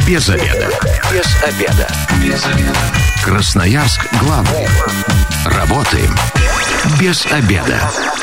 Без обеда. Без обеда. Без обеда. Красноярск главный. Работаем без обеда.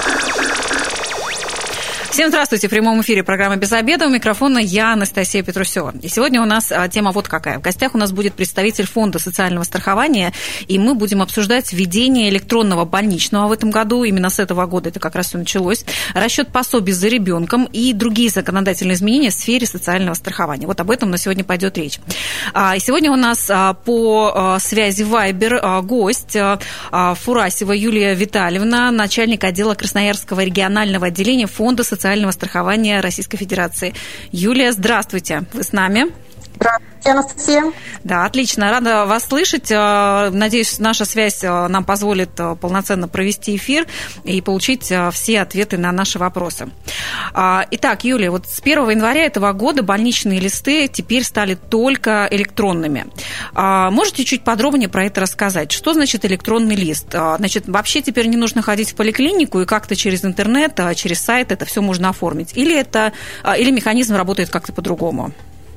Всем здравствуйте. В прямом эфире программа «Без обеда». У микрофона я, Анастасия Петрусева. И сегодня у нас тема вот какая. В гостях у нас будет представитель Фонда социального страхования, и мы будем обсуждать введение электронного больничного в этом году. Именно с этого года это как раз все началось. Расчет пособий за ребенком и другие законодательные изменения в сфере социального страхования. Вот об этом на сегодня пойдет речь. И сегодня у нас по связи Вайбер гость Фурасева Юлия Витальевна, начальник отдела Красноярского регионального отделения Фонда социального страхования Российской Федерации. Юлия, здравствуйте. Вы с нами? Здравствуйте, Анастасия. Да, отлично. Рада вас слышать. Надеюсь, наша связь нам позволит полноценно провести эфир и получить все ответы на наши вопросы. Итак, Юлия, вот с 1 января этого года больничные листы теперь стали только электронными. Можете чуть подробнее про это рассказать? Что значит электронный лист? Значит, вообще теперь не нужно ходить в поликлинику и как-то через интернет, через сайт это все можно оформить? Или механизм работает как-то по-другому?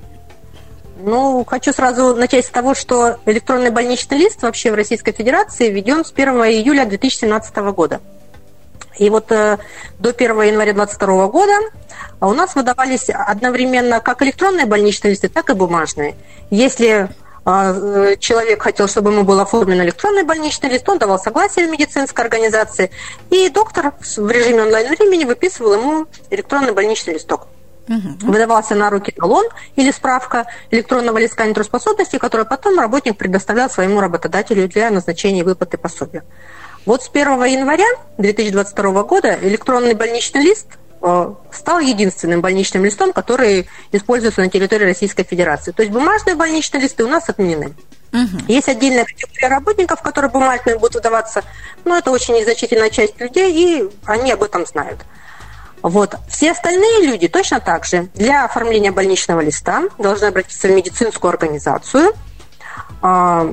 Ну, хочу сразу начать с того, что электронный больничный лист вообще в Российской Федерации введен с 1 июля 2017 года. И вот до 1 января 2022 года у нас выдавались одновременно как электронные больничные листы, так и бумажные. Если человек хотел, чтобы ему был оформлен электронный больничный лист, он давал согласие в медицинской организации, и доктор в режиме онлайн-времени выписывал ему электронный больничный листок. Выдавался на руки талон или справка электронного листка нетрудоспособности, который потом работник предоставлял своему работодателю для назначения выплаты пособия. Вот с 1 января 2022 года электронный больничный лист стал единственным больничным листом, который используется на территории Российской Федерации. То есть бумажные больничные листы у нас отменены. Есть отдельная категория работников, которые бумажные будут выдаваться, но это очень незначительная часть людей, и они об этом знают. Вот. Все остальные люди точно так же для оформления больничного листа должны обратиться в медицинскую организацию, к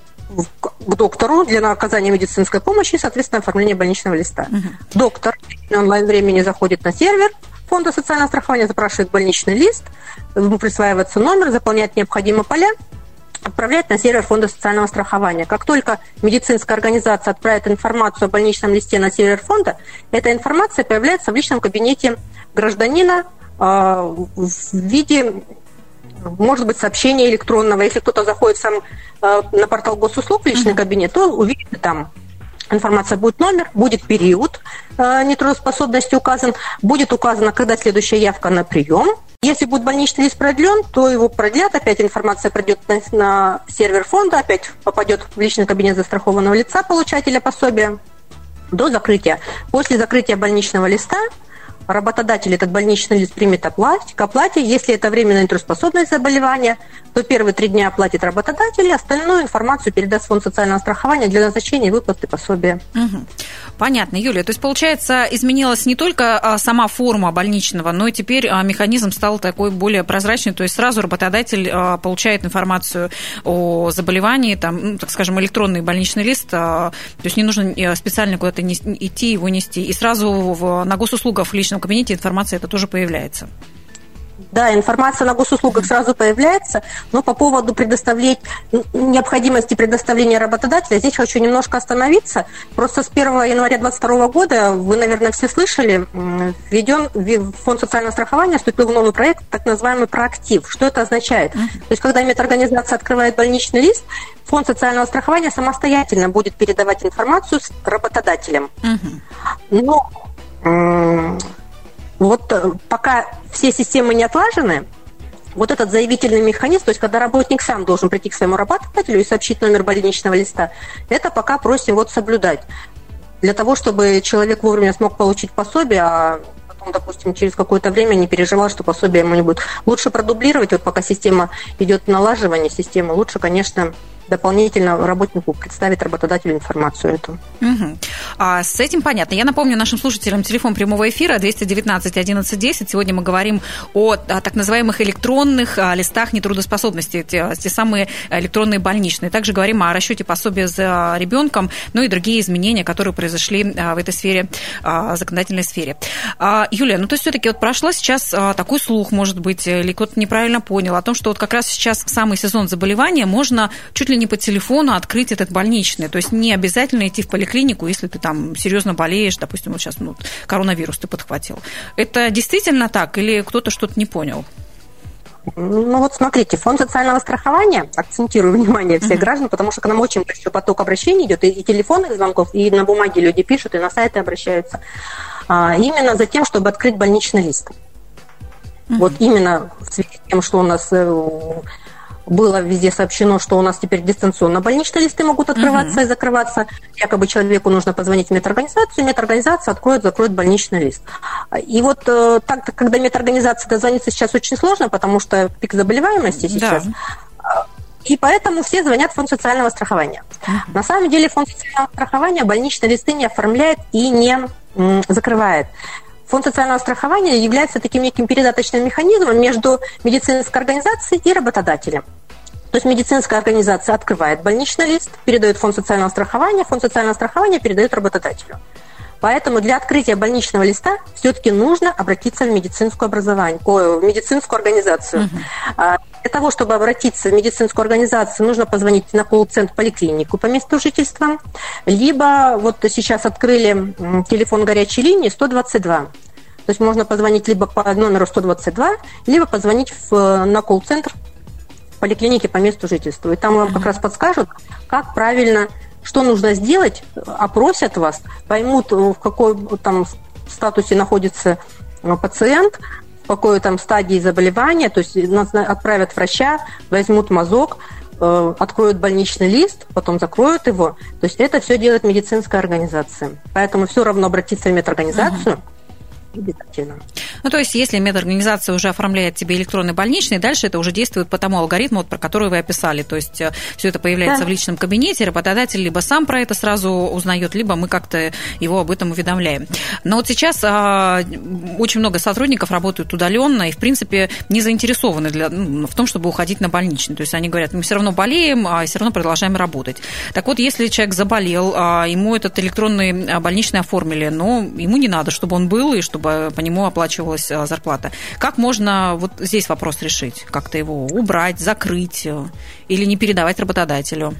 доктору для оказания медицинской помощи и, соответственно, оформления больничного листа. Доктор на онлайн-времени заходит на сервер Фонда социального страхования, запрашивает больничный лист, ему присваивается номер, заполняет необходимые поля, отправляет на сервер Фонда социального страхования. Как только медицинская организация отправит информацию о больничном листе на сервер фонда, эта информация появляется в личном кабинете гражданина в виде, может быть, сообщения электронного. Если кто-то заходит сам на портал госуслуг в личный кабинет, то увидит там. Информация будет номер, будет период нетрудоспособности указан, будет указано, когда следующая явка на прием. Если будет больничный лист продлен, то его продлят, опять информация пройдет на сервер фонда, опять попадет в личный кабинет застрахованного лица, получателя пособия, до закрытия. После закрытия больничного листа работодатель этот больничный лист примет к оплате. Если это временное нетрудоспособное заболевание, то первые 3 дня оплатит работодатель, и остальную информацию передаст в Фонд социального страхования для назначения выплаты пособия. Понятно, Юлия. То есть, получается, изменилась не только сама форма больничного, но и теперь механизм стал такой более прозрачный, то есть сразу работодатель получает информацию о заболевании, там, так скажем, электронный больничный лист, то есть не нужно специально куда-то идти, его нести, и сразу на госуслугах в личном кабинете информация это тоже появляется. Да, информация на госуслугах сразу появляется, но по поводу необходимости предоставления работодателя, здесь хочу немножко остановиться. Просто с 1 января 2022 года, вы, наверное, все слышали, в Фонд социального страхования вступил в новый проект, так называемый проактив. Что это означает? То есть, когда медорганизация открывает больничный лист, Фонд социального страхования самостоятельно будет передавать информацию с работодателем. Но вот пока все системы не отлажены, вот этот заявительный механизм, то есть когда работник сам должен прийти к своему работодателю и сообщить номер больничного листа, это пока просим соблюдать. Для того, чтобы человек вовремя смог получить пособие, а потом, допустим, через какое-то время не переживал, что пособие ему не будет. Лучше продублировать, вот пока система идет налаживание системы, лучше, конечно, дополнительно работнику представить работодателю информацию эту. Угу. С этим понятно. Я напомню нашим слушателям телефон прямого эфира 219 11 10. Сегодня мы говорим о так называемых электронных листах нетрудоспособности, те самые электронные больничные. Также говорим о расчете пособия за ребенком, ну и другие изменения, которые произошли в этой сфере, законодательной сфере. Юлия, то есть все-таки прошла сейчас такой слух, может быть, или кто-то неправильно понял, о том, что как раз сейчас в самый сезон заболевания можно чуть ли не по телефону открыть этот больничный. То есть не обязательно идти в поликлинику, если ты там серьезно болеешь, допустим, сейчас коронавирус ты подхватил. Это действительно так или кто-то что-то не понял? Смотрите, фонд социального страхования, акцентирую внимание всех граждан, потому что к нам очень большой поток обращений идет, и телефонных звонков, и на бумаге люди пишут, и на сайты обращаются, именно за тем, чтобы открыть больничный лист. Вот именно в связи с тем, что у нас было везде сообщено, что у нас теперь дистанционно больничные листы могут открываться и закрываться. Якобы человеку нужно позвонить в медорганизацию, медорганизация закроет больничный лист. И так, когда медорганизация дозвониться сейчас очень сложно, потому что пик заболеваемости сейчас. Да. И поэтому все звонят в фонд социального страхования. На самом деле фонд социального страхования больничные листы не оформляет и не закрывает. Фонд социального страхования является таким неким передаточным механизмом между медицинской организацией и работодателем. То есть медицинская организация открывает больничный лист, передает фонд социального страхования передает работодателю. Поэтому для открытия больничного листа все-таки нужно обратиться в медицинскую организацию. Для того, чтобы обратиться в медицинскую организацию, нужно позвонить на колл-центр поликлинику по месту жительства, либо сейчас открыли телефон горячей линии 122. То есть можно позвонить либо по номеру 122, либо позвонить на колл-центр поликлиники по месту жительства. И там вам как раз подскажут, как правильно, что нужно сделать, опросят вас, поймут, в какой там статусе находится пациент, в какой там стадии заболевания, то есть отправят врача, возьмут мазок, откроют больничный лист, потом закроют его. То есть это все делает медицинская организация. Поэтому все равно обратиться в медорганизацию. Обязательно. То есть, если медорганизация уже оформляет тебе электронный больничный, дальше это уже действует по тому алгоритму, про который вы описали. То есть, все это появляется в личном кабинете, работодатель либо сам про это сразу узнает, либо мы как-то его об этом уведомляем. Но сейчас очень много сотрудников работают удаленно и, в принципе, не заинтересованы в том, чтобы уходить на больничный. То есть, они говорят, мы все равно болеем, а все равно продолжаем работать. Так вот, если человек заболел, ему этот электронный больничный оформили, но ему не надо, чтобы он был и чтобы по нему оплачивалась зарплата. Как можно здесь вопрос решить? Как-то его убрать, закрыть или не передавать работодателю?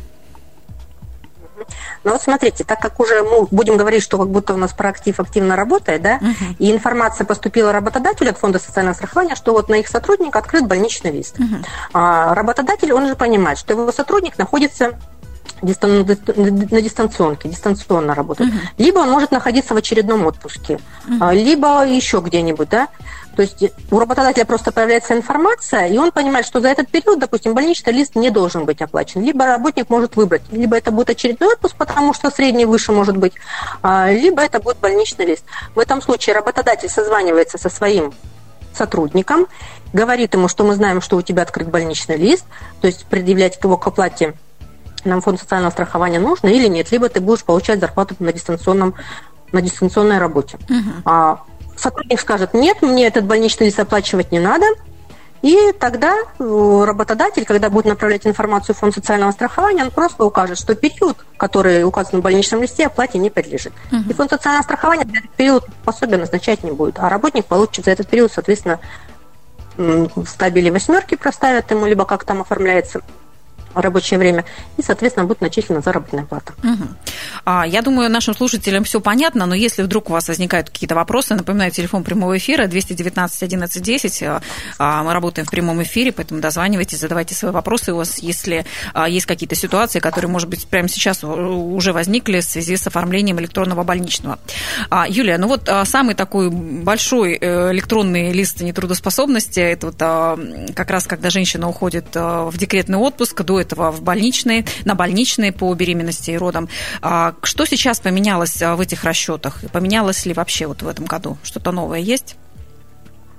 Смотрите, так как уже мы будем говорить, что как будто у нас проактив активно работает, да, и информация поступила работодателю от фонда социального страхования, что на их сотрудника открыт больничный лист. Работодатель, он же понимает, что его сотрудник находится на дистанционке, дистанционно работает. Либо он может находиться в очередном отпуске, либо еще где-нибудь, да. То есть у работодателя просто появляется информация, и он понимает, что за этот период, допустим, больничный лист не должен быть оплачен. Либо работник может выбрать, либо это будет очередной отпуск, потому что средний выше может быть, либо это будет больничный лист. В этом случае работодатель созванивается со своим сотрудником, говорит ему, что мы знаем, что у тебя открыт больничный лист, то есть предъявлять его к оплате нам фонд социального страхования нужно или нет, либо ты будешь получать зарплату на дистанционной работе. Сотрудник скажет, нет, мне этот больничный лист оплачивать не надо, и тогда работодатель, когда будет направлять информацию в фонд социального страхования, он просто укажет, что период, который указан в больничном листе, оплате не подлежит. И фонд социального страхования за этот период пособие назначать не будет, а работник получит за этот период, соответственно, в стабиле 8 проставят ему, либо как там оформляется рабочее время, и, соответственно, будет начислена заработная плата. Я думаю, нашим слушателям все понятно, но если вдруг у вас возникают какие-то вопросы, напоминаю, телефон прямого эфира 219 11 10. Мы работаем в прямом эфире, поэтому дозванивайтесь, задавайте свои вопросы. У вас, если есть какие-то ситуации, которые, может быть, прямо сейчас уже возникли в связи с оформлением электронного больничного. Юлия, самый такой большой электронный лист нетрудоспособности, это как раз когда женщина уходит в декретный отпуск, до этого на больничные по беременности и родам. Что сейчас поменялось в этих расчетах? Поменялось ли вообще в этом году? Что-то новое есть?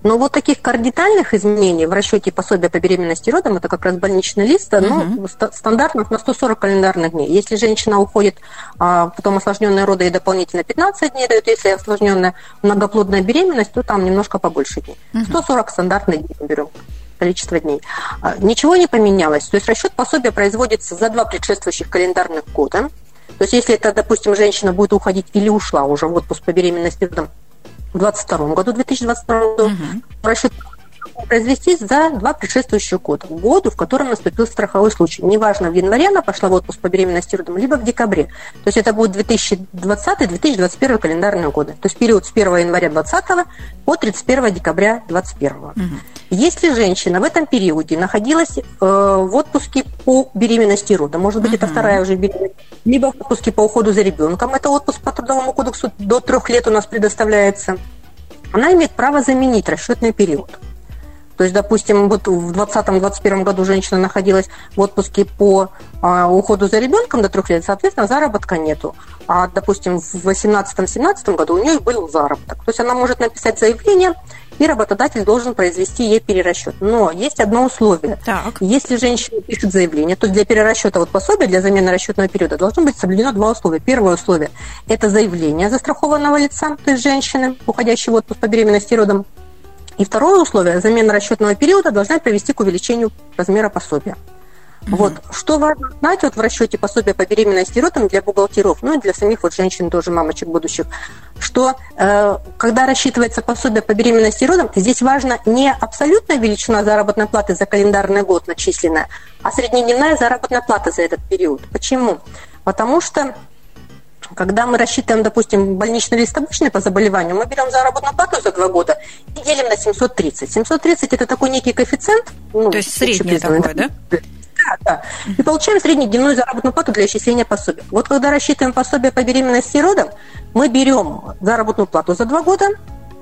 Но вот таких кардинальных изменений в расчете пособия по беременности и родам, это как раз больничный лист, стандартно на 140 календарных дней. Если женщина уходит, потом осложненные роды и дополнительно 15 дней дают, если осложненная многоплодная беременность, то там немножко побольше дней. 140 стандартных дней берем. Количество дней. Ничего не поменялось. То есть расчет пособия производится за 2 предшествующих календарных года. То есть если это, допустим, женщина будет уходить или ушла уже в отпуск по беременности в 2022 году, расчет произвести за 2 предшествующих года. Году, в котором наступил страховой случай. Неважно, в январе она пошла в отпуск по беременности родом, либо в декабре. То есть это будет 2020-2021 календарные годы. То есть период с 1 января 2020 по 31 декабря 2021. Если женщина в этом периоде находилась в отпуске по беременности и родам, может быть, это вторая уже беременность, либо в отпуске по уходу за ребенком, это отпуск по Трудовому кодексу до 3 лет у нас предоставляется, она имеет право заменить расчетный период. То есть, допустим, вот в 2020-2021 году женщина находилась в отпуске по уходу за ребенком до 3 лет, соответственно, заработка нету. А, допустим, в 2018-2017 году у нее был заработок. То есть она может написать заявление, и работодатель должен произвести ей перерасчет. Но есть одно условие. Так. Если женщина пишет заявление, то для перерасчета пособия, для замены расчетного периода должно быть соблюдено 2 условия. Первое условие – это заявление застрахованного лица, то есть женщины, уходящей в отпуск по беременности и родам. И второе условие – замена расчетного периода должна привести к увеличению размера пособия. Вот. Что важно знать в расчете пособия по беременности и родам для бухгалтеров, и для самих женщин, тоже мамочек будущих, что когда рассчитывается пособие по беременности и родам, здесь важна не абсолютная величина заработной платы за календарный год начисленная, а среднедневная заработная плата за этот период. Почему? Потому что когда мы рассчитываем, допустим, больничный лист обычный по заболеванию, мы берем заработную плату за 2 года и делим на 730. 730 – это такой некий коэффициент. То есть среднее такое, да? Да. И получаем среднедневную заработную плату для исчисления пособия. Вот когда рассчитываем пособие по беременности и родам, мы берем заработную плату за 2 года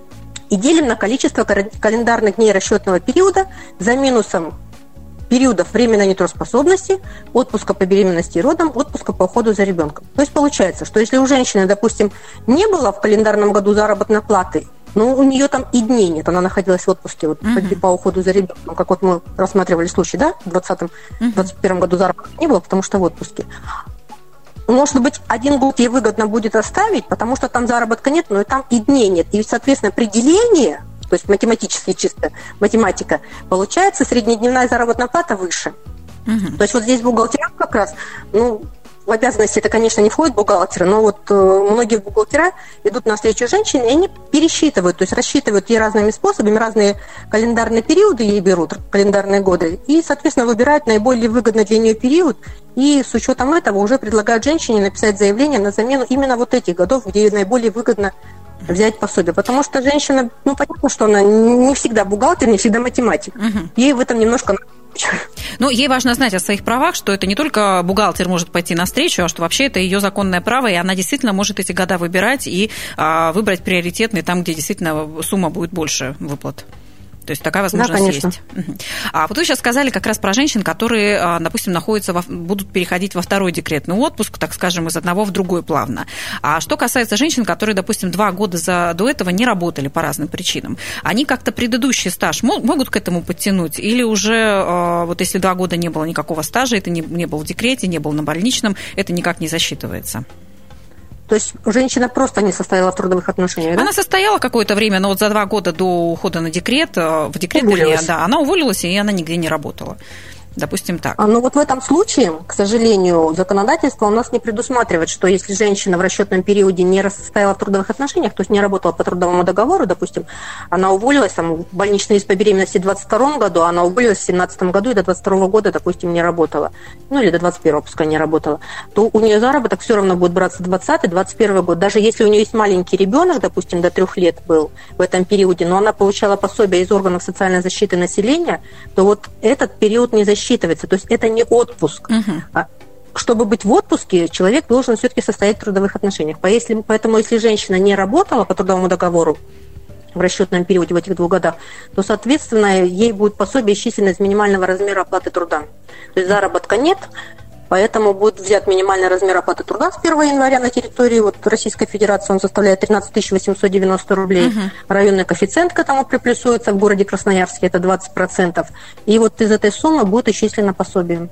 и делим на количество календарных дней расчетного периода за минусом периодов временной нетрудоспособности, отпуска по беременности и родам, отпуска по уходу за ребенком. То есть получается, что если у женщины, допустим, не было в календарном году заработной платы, но у нее там и дней нет, она находилась в отпуске по уходу за ребенком, как мы рассматривали случай, да, в 2020-2021 году заработка не было, потому что в отпуске. Может быть, 1 год ей выгодно будет оставить, потому что там заработка нет, но и там и дней нет. И, соответственно, при делении, то есть математически чисто математика, получается среднедневная заработная плата выше. То есть вот здесь бухгалтерам как раз, в обязанности это, конечно, не входит бухгалтеры, но многие бухгалтера идут навстречу женщине, и они пересчитывают, то есть рассчитывают ей разными способами, разные календарные периоды ей берут, календарные годы, и, соответственно, выбирают наиболее выгодный для нее период, и с учетом этого уже предлагают женщине написать заявление на замену именно этих годов, где ей наиболее выгодно взять пособие. Потому что женщина, понятно, что она не всегда бухгалтер, не всегда математик. Ей в этом немножко... Ей важно знать о своих правах, что это не только бухгалтер может пойти навстречу, а что вообще это ее законное право, и она действительно может эти года выбирать и выбрать приоритетный там, где действительно сумма будет больше выплат. То есть такая возможность есть. А вот вы сейчас сказали как раз про женщин, которые, допустим, будут переходить во 2-й декретный отпуск, так скажем, из одного в другой плавно. А что касается женщин, которые, допустим, 2 года до этого не работали по разным причинам, они как-то предыдущий стаж могут к этому подтянуть? Или уже, если 2 года не было никакого стажа, это не был в декрете, не был на больничном, это никак не засчитывается? То есть женщина просто не состояла в трудовых отношениях, да? Она состояла какое-то время, но за 2 года до ухода на декрет, в декрет, она уволилась, и она нигде не работала. Допустим, так. В этом случае, к сожалению, законодательство у нас не предусматривает, что если женщина в расчетном периоде не состояла в трудовых отношениях, то есть не работала по трудовому договору, допустим, она уволилась, больничный лист по беременности в 2022 году, она уволилась в 2017 году и до 2022 года, допустим, не работала, или до 2021, пускай не работала, то у нее заработок все равно будет браться 2020-2021 год. Даже если у нее есть маленький ребенок, допустим, до 3 лет был в этом периоде, но она получала пособие из органов социальной защиты населения, то этот период не засчитывается. То есть это не отпуск. Чтобы быть в отпуске, человек должен все-таки состоять в трудовых отношениях. Поэтому, если женщина не работала по трудовому договору в расчетном периоде в этих 2 годах, то, соответственно, ей будет пособие исчислено из минимального размера оплаты труда. То есть заработка нет, поэтому будет взят минимальный размер оплаты труда с 1 января на территории Российской Федерации, он составляет 13 890 рублей. Районный коэффициент к этому приплюсуется в городе Красноярске, это 20%. И из этой суммы будет исчислено пособие.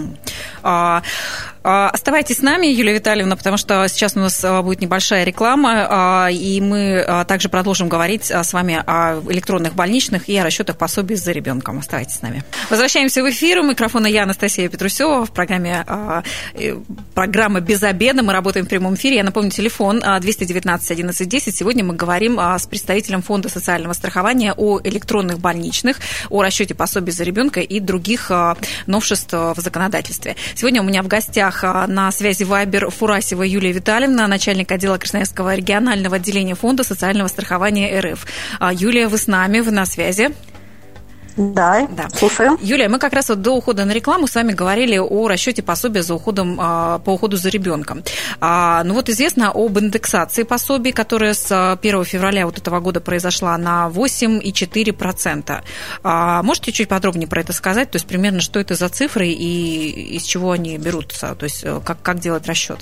Оставайтесь с нами, Юлия Витальевна, потому что сейчас у нас будет небольшая реклама, и мы также продолжим говорить с вами о электронных больничных и о расчетах пособий за ребенком. Оставайтесь с нами. Возвращаемся в эфир. У микрофона я, Анастасия Петрусева, в программа «Без обеда». Мы работаем в прямом эфире. Я напомню, телефон 219 11 10. Сегодня мы говорим с представителем Фонда социального страхования о электронных больничных, о расчете пособий за ребенка и других новшеств в законодательстве. Сегодня у меня в гостях на связи Вайбер Фурасева Юлия Витальевна, начальник отдела Красноярского регионального отделения Фонда социального страхования РФ. Юлия, вы с нами, вы на связи? Да, слушаю. Юлия, мы как раз до ухода на рекламу с вами говорили о расчете пособия по уходу за ребенком. Известно об индексации пособий, которая с 1 февраля этого года произошла на 8,4%. Можете чуть подробнее про это сказать? То есть примерно что это за цифры и из чего они берутся? То есть как делать расчет?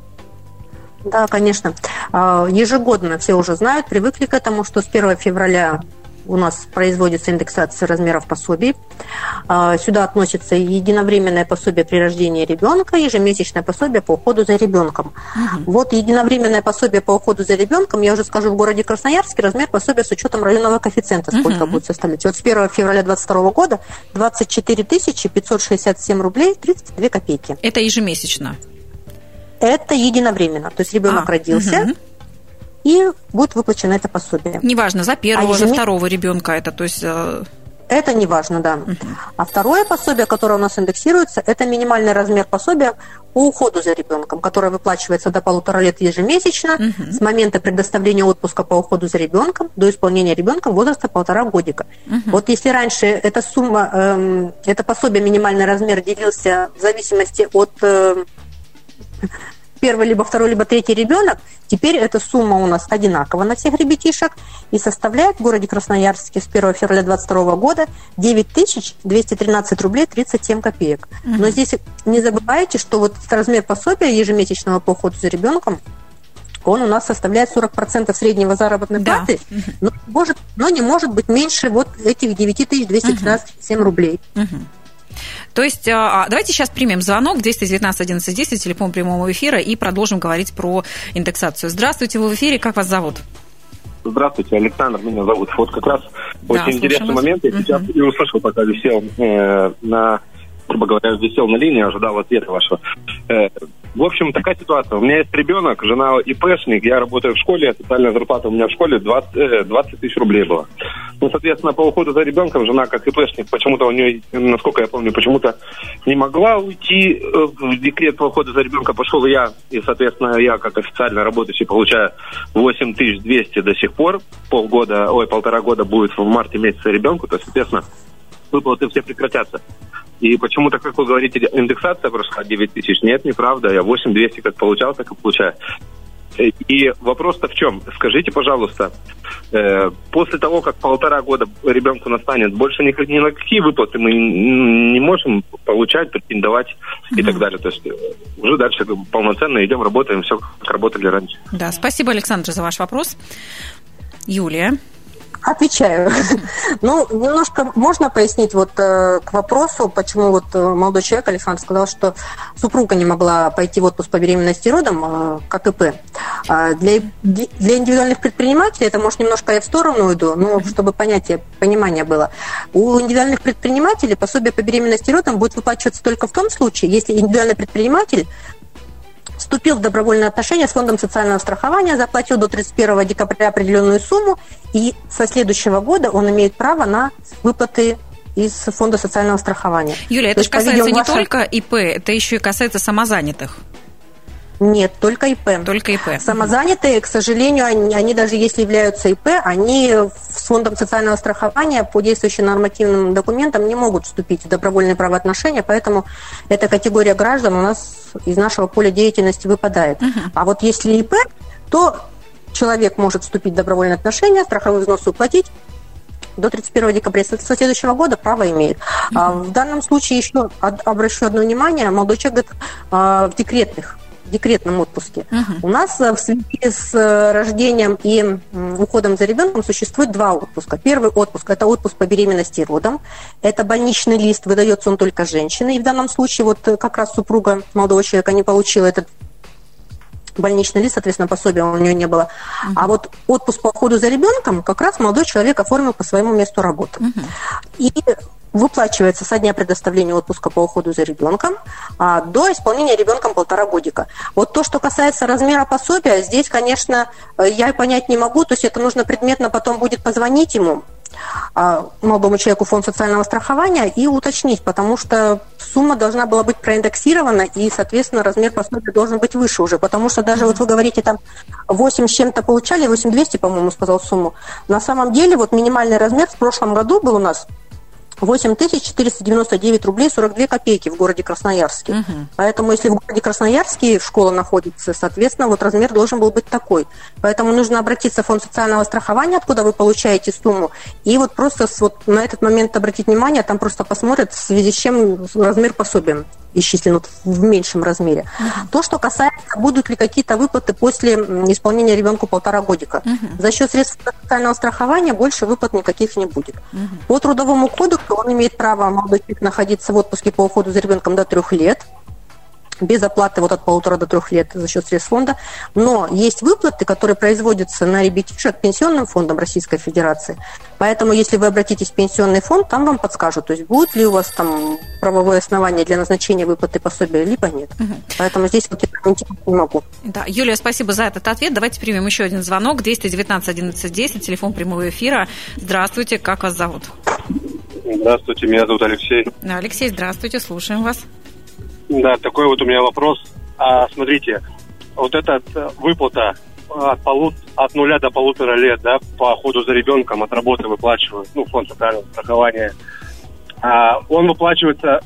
Да, конечно. Ежегодно все уже знают, привыкли к этому, что с 1 февраля у нас производится индексация размеров пособий. Сюда относится единовременное пособие при рождении ребенка, ежемесячное пособие по уходу за ребенком. Единовременное пособие по уходу за ребенком, я уже скажу, в городе Красноярске размер пособия с учетом районного коэффициента сколько будет составлять. С 1 февраля 2022 года 24 567 рублей 32 копейки. Это ежемесячно? Это единовременно. То есть ребенок родился, и будет выплачено это пособие. Неважно, за первого, за второго ребенка это, то есть... Это не важно, да. А второе пособие, которое у нас индексируется, это минимальный размер пособия по уходу за ребенком, которое выплачивается до 1,5 лет ежемесячно с момента предоставления отпуска по уходу за ребенком до исполнения ребенком возраста 1,5 годика. Если раньше эта сумма, это пособие, минимальный размер делился в зависимости от... первый, либо второй, либо третий ребенок, теперь эта сумма у нас одинакова на всех ребятишек и составляет в городе Красноярске с 1 февраля 2022 года 9213 рублей 37 копеек. Но здесь не забывайте, что размер пособия ежемесячного по уходу за ребенком, он у нас составляет 40% среднего заработной платы, но не может быть меньше этих 9213 рублей. То есть давайте сейчас примем звонок 219 11 10, телефон прямого эфира, и продолжим говорить про индексацию. Здравствуйте, вы в эфире, как вас зовут? Здравствуйте, Александр, меня зовут. Как раз очень интересный момент. Я сейчас не услышал, пока висел висел на линии, ожидал ответа вашего. В общем, такая ситуация. У меня есть ребенок, жена ИПшник, я работаю в школе, социальная зарплата у меня в школе 20 тысяч рублей была. Соответственно, по уходу за ребенком жена, как ИПшник, почему-то у нее, насколько я помню, почему-то не могла уйти в декрет по уходу за ребенком. Пошел я, и, соответственно, я, как официально работающий, получаю 8200 до сих пор. 1,5 года будет в марте месяце ребенку, то, соответственно, выплаты все прекратятся. И почему-то, как вы говорите, индексация прошла 9 тысяч. Нет, неправда. Я 8200 как получал, так и получаю. И вопрос-то в чем? Скажите, пожалуйста, после того, как 1,5 года ребенку настанет, больше ни на какие выплаты мы не можем получать, претендовать и так далее. То есть уже дальше полноценно идем, работаем, все как работали раньше. Да, спасибо, Александр, за ваш вопрос. Юлия. Отвечаю. Немножко можно пояснить к вопросу, почему молодой человек, Александр, сказал, что супруга не могла пойти в отпуск по беременности и родам, как ИП. Для индивидуальных предпринимателей, это, может, немножко я в сторону уйду, но чтобы понимание было. У индивидуальных предпринимателей пособие по беременности и родам будет выплачиваться только в том случае, если индивидуальный предприниматель вступил в добровольные отношения с Фондом социального страхования, заплатил до 31 декабря определенную сумму, и со следующего года он имеет право на выплаты из Фонда социального страхования. Юлия, это же касается не только ИП, это еще и касается самозанятых. Нет, только ИП. Только ИП. Самозанятые, к сожалению, они даже если являются ИП, они с Фондом социального страхования по действующим нормативным документам не могут вступить в добровольные правоотношения, поэтому эта категория граждан у нас из нашего поля деятельности выпадает. А если ИП, то человек может вступить в добровольные отношения, страховые взносы уплатить, до 31 декабря следующего года право имеет. В данном случае еще обращу одно внимание, молодой человек говорит, в декретном отпуске. У нас в связи с рождением и уходом за ребенком существует два отпуска. Первый отпуск – это отпуск по беременности и родам. Это больничный лист, выдается он только женщине. И в данном случае вот как раз супруга молодого человека не получила этот больничный лист, соответственно, пособия у нее не было. А вот отпуск по уходу за ребенком как раз молодой человек оформил по своему месту работы. И выплачивается со дня предоставления отпуска по уходу за ребенком до исполнения ребенком 1,5 годика. Вот то, что касается размера пособия, здесь, конечно, я понять не могу, то есть это нужно предметно потом будет позвонить ему, молодому человеку, в фонд социального страхования и уточнить, потому что сумма должна была быть проиндексирована и, соответственно, размер пособия должен быть выше уже, потому что даже вот вы говорите, там 8 с чем-то получали, 8200, по-моему, сказал сумму. На самом деле вот минимальный размер в прошлом году был у нас 8499 рублей 42 копейки в городе Красноярске. Поэтому, если в городе Красноярске школа находится, соответственно, вот размер должен был быть такой. Поэтому нужно обратиться в фонд социального страхования, откуда вы получаете сумму, и вот просто вот на этот момент обратить внимание, там просто посмотрят, в связи с чем размер пособия исчислен в меньшем размере. То, что касается, будут ли какие-то выплаты после исполнения ребенку 1,5 годика. За счет средств социального страхования больше выплат никаких не будет. По Трудовому кодексу он имеет право, молодой человек, находиться в отпуске по уходу за ребенком до 3 лет, без оплаты вот от 1,5 до 3 лет за счет средств фонда. Но есть выплаты, которые производятся на ребятишек Пенсионным фондом Российской Федерации. Поэтому, если вы обратитесь в пенсионный фонд, там вам подскажут, то есть будет ли у вас там правовое основание для назначения выплаты пособия, либо нет. Поэтому здесь вот я комментировать не могу. Да, Юлия, спасибо за этот ответ. Давайте примем еще один звонок. 219 11 10, телефон прямого эфира. Здравствуйте, как вас зовут? Здравствуйте, меня зовут Алексей. Алексей, здравствуйте, слушаем вас. Да, такой вот у меня вопрос. Смотрите, вот эта выплата от 0 до 1,5 лет, да, по уходу за ребенком от работы выплачивают, фонд социального страхования, он выплачивается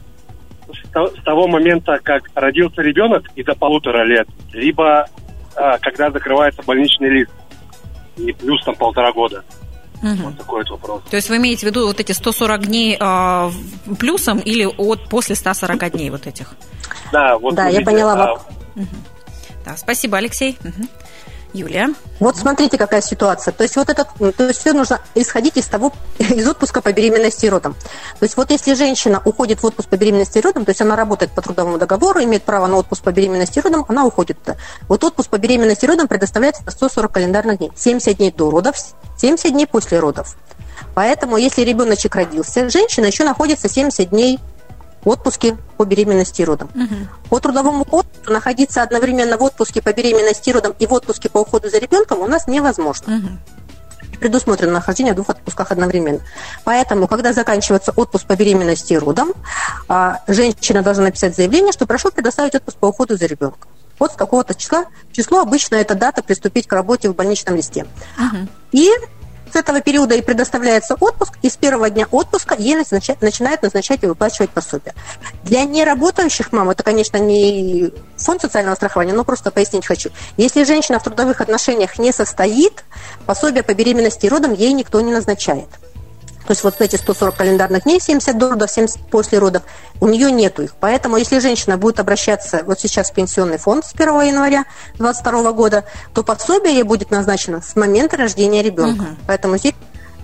с того момента, как родился ребенок, и до 1,5 лет, либо когда закрывается больничный лист, и плюс там 1,5 года. Вот такой вот вопрос. То есть вы имеете в виду вот эти 140 дней плюсом или после 140 дней вот этих? Да, вот. Да, я поняла. Да, спасибо, Алексей. Юлия. Вот смотрите, какая ситуация. То есть все нужно исходить из отпуска по беременности и родам. То есть вот если женщина уходит в отпуск по беременности и родам, то есть она работает по трудовому договору, имеет право на отпуск по беременности и родам, она уходит туда. Вот отпуск по беременности и родам предоставляется на 140 календарных дней. 70 дней до родов, 70 дней после родов. Поэтому, если ребеночек родился, женщина еще находится 70 дней в отпуске по беременности и родам. По Трудовому кодексу находиться одновременно в отпуске по беременности и родам и в отпуске по уходу за ребенком у нас невозможно. Предусмотрено нахождение в 2 отпусках одновременно. Поэтому, когда заканчивается отпуск по беременности и родам, женщина должна написать заявление, что прошу предоставить отпуск по уходу за ребенком. Вот с какого-то числа. Число обычно это дата приступить к работе в больничном листе. И с этого периода и предоставляется отпуск, и с первого дня отпуска ей начинают назначать и выплачивать пособие. Для неработающих мам, это, конечно, не фонд социального страхования, но просто пояснить хочу. Если женщина в трудовых отношениях не состоит, пособие по беременности и родам ей никто не назначает. То есть вот эти 140 календарных дней, 70 до родов, 70 после родов, у нее нету их. Поэтому если женщина будет обращаться вот сейчас в пенсионный фонд с 1 января 2022 года, то пособие ей будет назначено с момента рождения ребенка. Поэтому здесь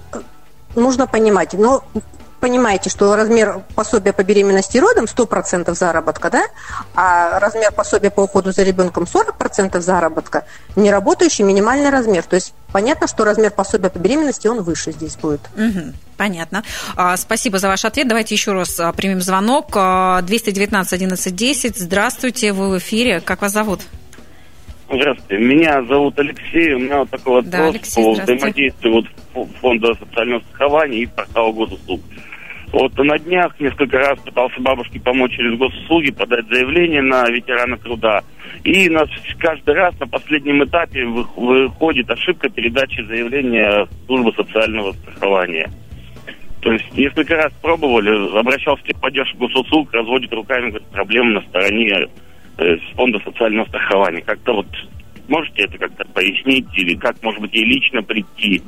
нужно понимать. Но понимаете, что размер пособия по беременности и родам 100% заработка, да? А размер пособия по уходу за ребенком 40% заработка, неработающий минимальный размер. То есть понятно, что размер пособия по беременности, он выше здесь будет. Понятно. Спасибо за ваш ответ. Давайте еще раз примем звонок. 219 11 10. Здравствуйте, вы в эфире. Как вас зовут? Здравствуйте. Меня зовут Алексей. У меня вот такой вопрос, да, Алексей, по взаимодействию фонда социального страхования и портала госуслуг. Вот на днях несколько раз пытался бабушке помочь через госуслуги подать заявление на ветерана труда. И нас каждый раз на последнем этапе выходит ошибка передачи заявления в службу социального страхования. То есть несколько раз пробовали, обращался в техподдержку госуслуг, разводит руками, говорит, проблемы на стороне фонда социального страхования. Как-то вот можете это как-то пояснить или как, может быть, ей лично прийти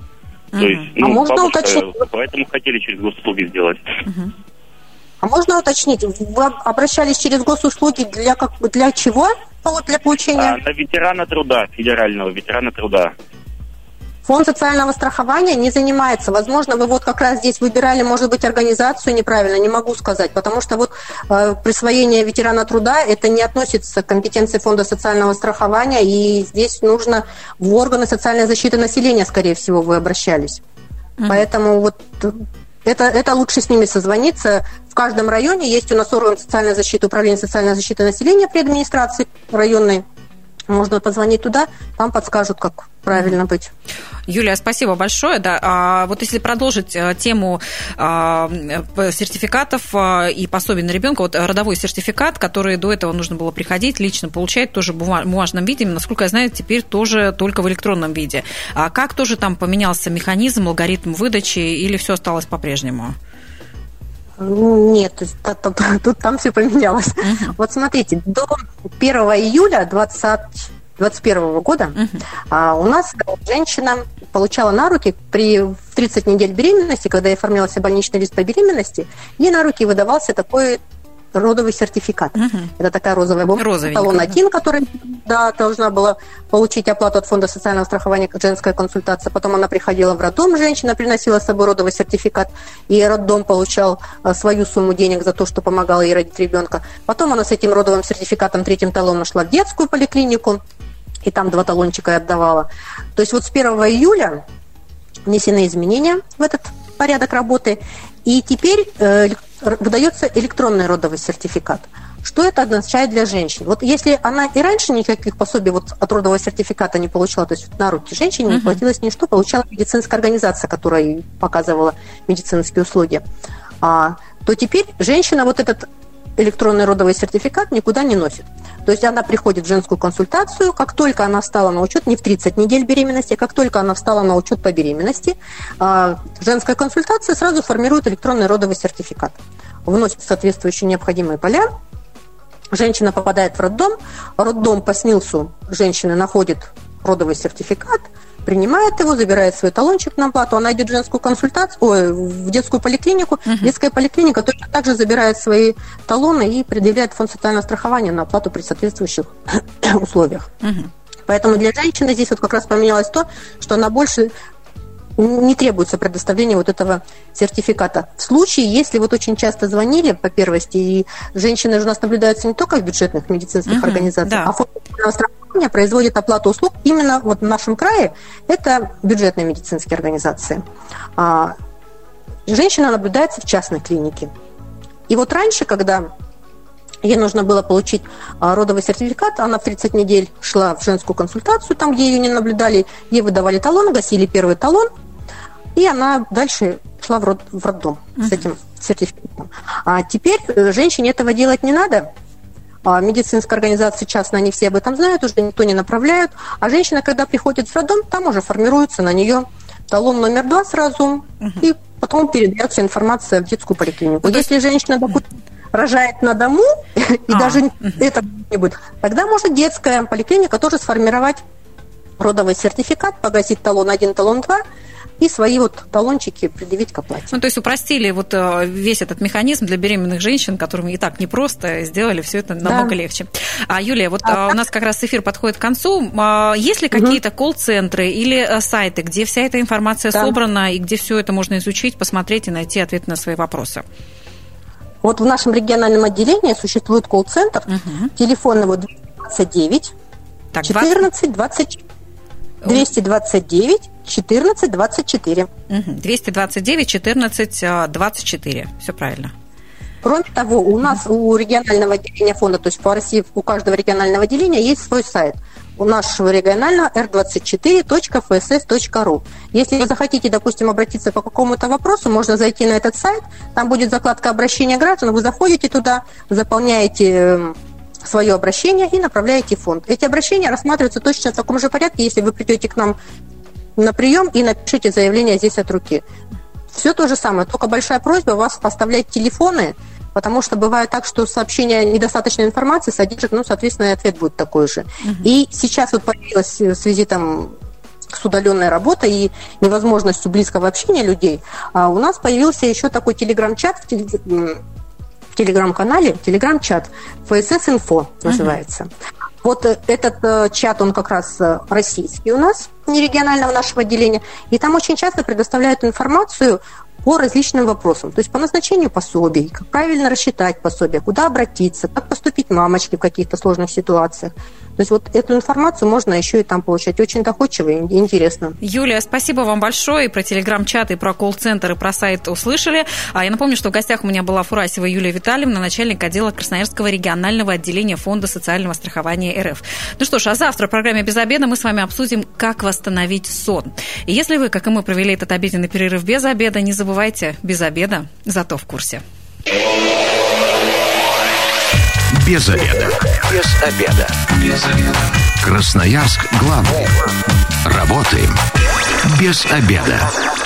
То есть, можно уточнить? Поэтому хотели через госуслуги сделать. А можно уточнить, вы обращались через госуслуги для чего? Для получения? На ветерана труда, федерального ветерана труда. Фонд социального страхования не занимается. Возможно, вы вот как раз здесь выбирали, может быть, организацию неправильно, не могу сказать, потому что вот присвоение ветерана труда, это не относится к компетенции Фонда социального страхования, и здесь нужно в органы социальной защиты населения, скорее всего, вы обращались. Поэтому вот это лучше с ними созвониться. В каждом районе есть у нас орган социальной защиты, управление социальной защиты населения при администрации районной. Можно позвонить туда, там подскажут, как правильно быть. Юлия, спасибо большое. Да. Вот если продолжить тему сертификатов и пособий на ребенка, вот родовой сертификат, который до этого нужно было приходить, лично получать, тоже в бумажном виде, насколько я знаю, теперь тоже только в электронном виде. А как тоже там поменялся механизм, алгоритм выдачи, или все осталось по-прежнему? Нет, там все поменялось. Вот смотрите, до 1 июля 2021 года у нас женщина получала на руки в 30 недель беременности, когда ей оформлялся больничный лист по беременности, ей на руки выдавался такой родовый сертификат. Это такая розовая бумага, талон 1, который должна была получить оплату от Фонда социального страхования, как женская консультация. Потом она приходила в роддом, женщина приносила с собой родовый сертификат, и роддом получал свою сумму денег за то, что помогала ей родить ребенка. Потом она с этим родовым сертификатом, третьим талоном, шла в детскую поликлинику, и там 2 талончика и отдавала. То есть вот с 1 июля внесены изменения в этот порядок работы, и теперь выдается электронный родовый сертификат. Что это означает для женщин? Вот если она и раньше никаких пособий вот от родового сертификата не получала, то есть на руки женщине не платилось ничто, получала медицинская организация, которая показывала медицинские услуги, то теперь женщина вот этот электронный родовый сертификат никуда не носит. То есть она приходит в женскую консультацию, как только она встала на учет, не в 30 недель беременности, а как только она встала на учет по беременности, женская консультация сразу формирует электронный родовый сертификат. Вносит соответствующие необходимые поля, женщина попадает в роддом по СНИЛСу женщина находит родовый сертификат, принимает его, забирает свой талончик на оплату, она идет в женскую консультацию, в детскую поликлинику. Детская поликлиника точно так же забирает свои талоны и предъявляет Фонд социального страхования на оплату при соответствующих условиях. Поэтому для женщины здесь вот как раз поменялось то, что она больше не требуется предоставления вот этого сертификата. В случае, если вот очень часто звонили по первости, и женщины же у нас наблюдаются не только в бюджетных медицинских организациях, а Фонд социального страхования производит оплату услуг именно вот в нашем крае, это бюджетные медицинские организации. Женщина наблюдается в частной клинике. И вот раньше, когда ей нужно было получить родовый сертификат, она в 30 недель шла в женскую консультацию, там, где ее не наблюдали, ей выдавали талон, гасили первый талон, и она дальше шла в роддом с этим сертификатом. А теперь женщине этого делать не надо. Медицинские организации частные, они все об этом знают, уже никто не направляет. А женщина, когда приходит в роддом, там уже формируется на нее талон номер 2 сразу, и потом передается информация в детскую поликлинику. Если женщина, допустим, рожает на дому, и даже это не будет, тогда может детская поликлиника тоже сформировать родовый сертификат, погасить талон 1, талон 2, и свои вот талончики предъявить к оплате. Ну, то есть упростили вот весь этот механизм для беременных женщин, которым и так непросто, сделали все это намного легче. Юлия, вот у нас как раз эфир подходит к концу. Есть ли какие-то колл-центры или сайты, где вся эта информация собрана, и где все это можно изучить, посмотреть и найти ответы на свои вопросы? Вот в нашем региональном отделении существует колл-центр. Телефон его 229 14 24. 229 14 24. 229 14 24. Все правильно. Кроме того, у нас у регионального отделения фонда, то есть по России у каждого регионального отделения есть свой сайт. У нашего регионального r24.fss.ru. Если вы захотите, допустим, обратиться по какому-то вопросу, можно зайти на этот сайт, там будет закладка обращения граждан, вы заходите туда, заполняете свое обращение и направляете в фонд. Эти обращения рассматриваются точно в таком же порядке, если вы придете к нам на прием и напишите заявление здесь от руки. Все то же самое, только большая просьба вас оставлять телефоны, потому что бывает так, что сообщение недостаточной информации содержит, соответственно, и ответ будет такой же. И сейчас вот появилась в связи там с удаленной работой и невозможностью близкого общения людей, у нас появился еще такой телеграм-чат в телеграм-канале, телеграм-чат ФСС-Инфо называется. Вот этот чат, он как раз российский у нас, не регионального нашего отделения, и там очень часто предоставляют информацию по различным вопросам, то есть по назначению пособий, как правильно рассчитать пособие, куда обратиться, как поступить мамочке в каких-то сложных ситуациях. То есть вот эту информацию можно еще и там получать. Очень доходчиво и интересно. Юлия, спасибо вам большое. И про телеграм-чат, и про колл-центр, и про сайт услышали. Я напомню, что в гостях у меня была Фурасева Юлия Витальевна, начальник отдела Красноярского регионального отделения Фонда социального страхования РФ. Ну что ж, а завтра в программе «Без обеда» мы с вами обсудим, как восстановить сон. И если вы, как и мы, провели этот обеденный перерыв без обеда, не забывайте, без обеда, зато в курсе. Без обеда. Без обеда. Без обеда. Красноярск главный. Работаем без обеда.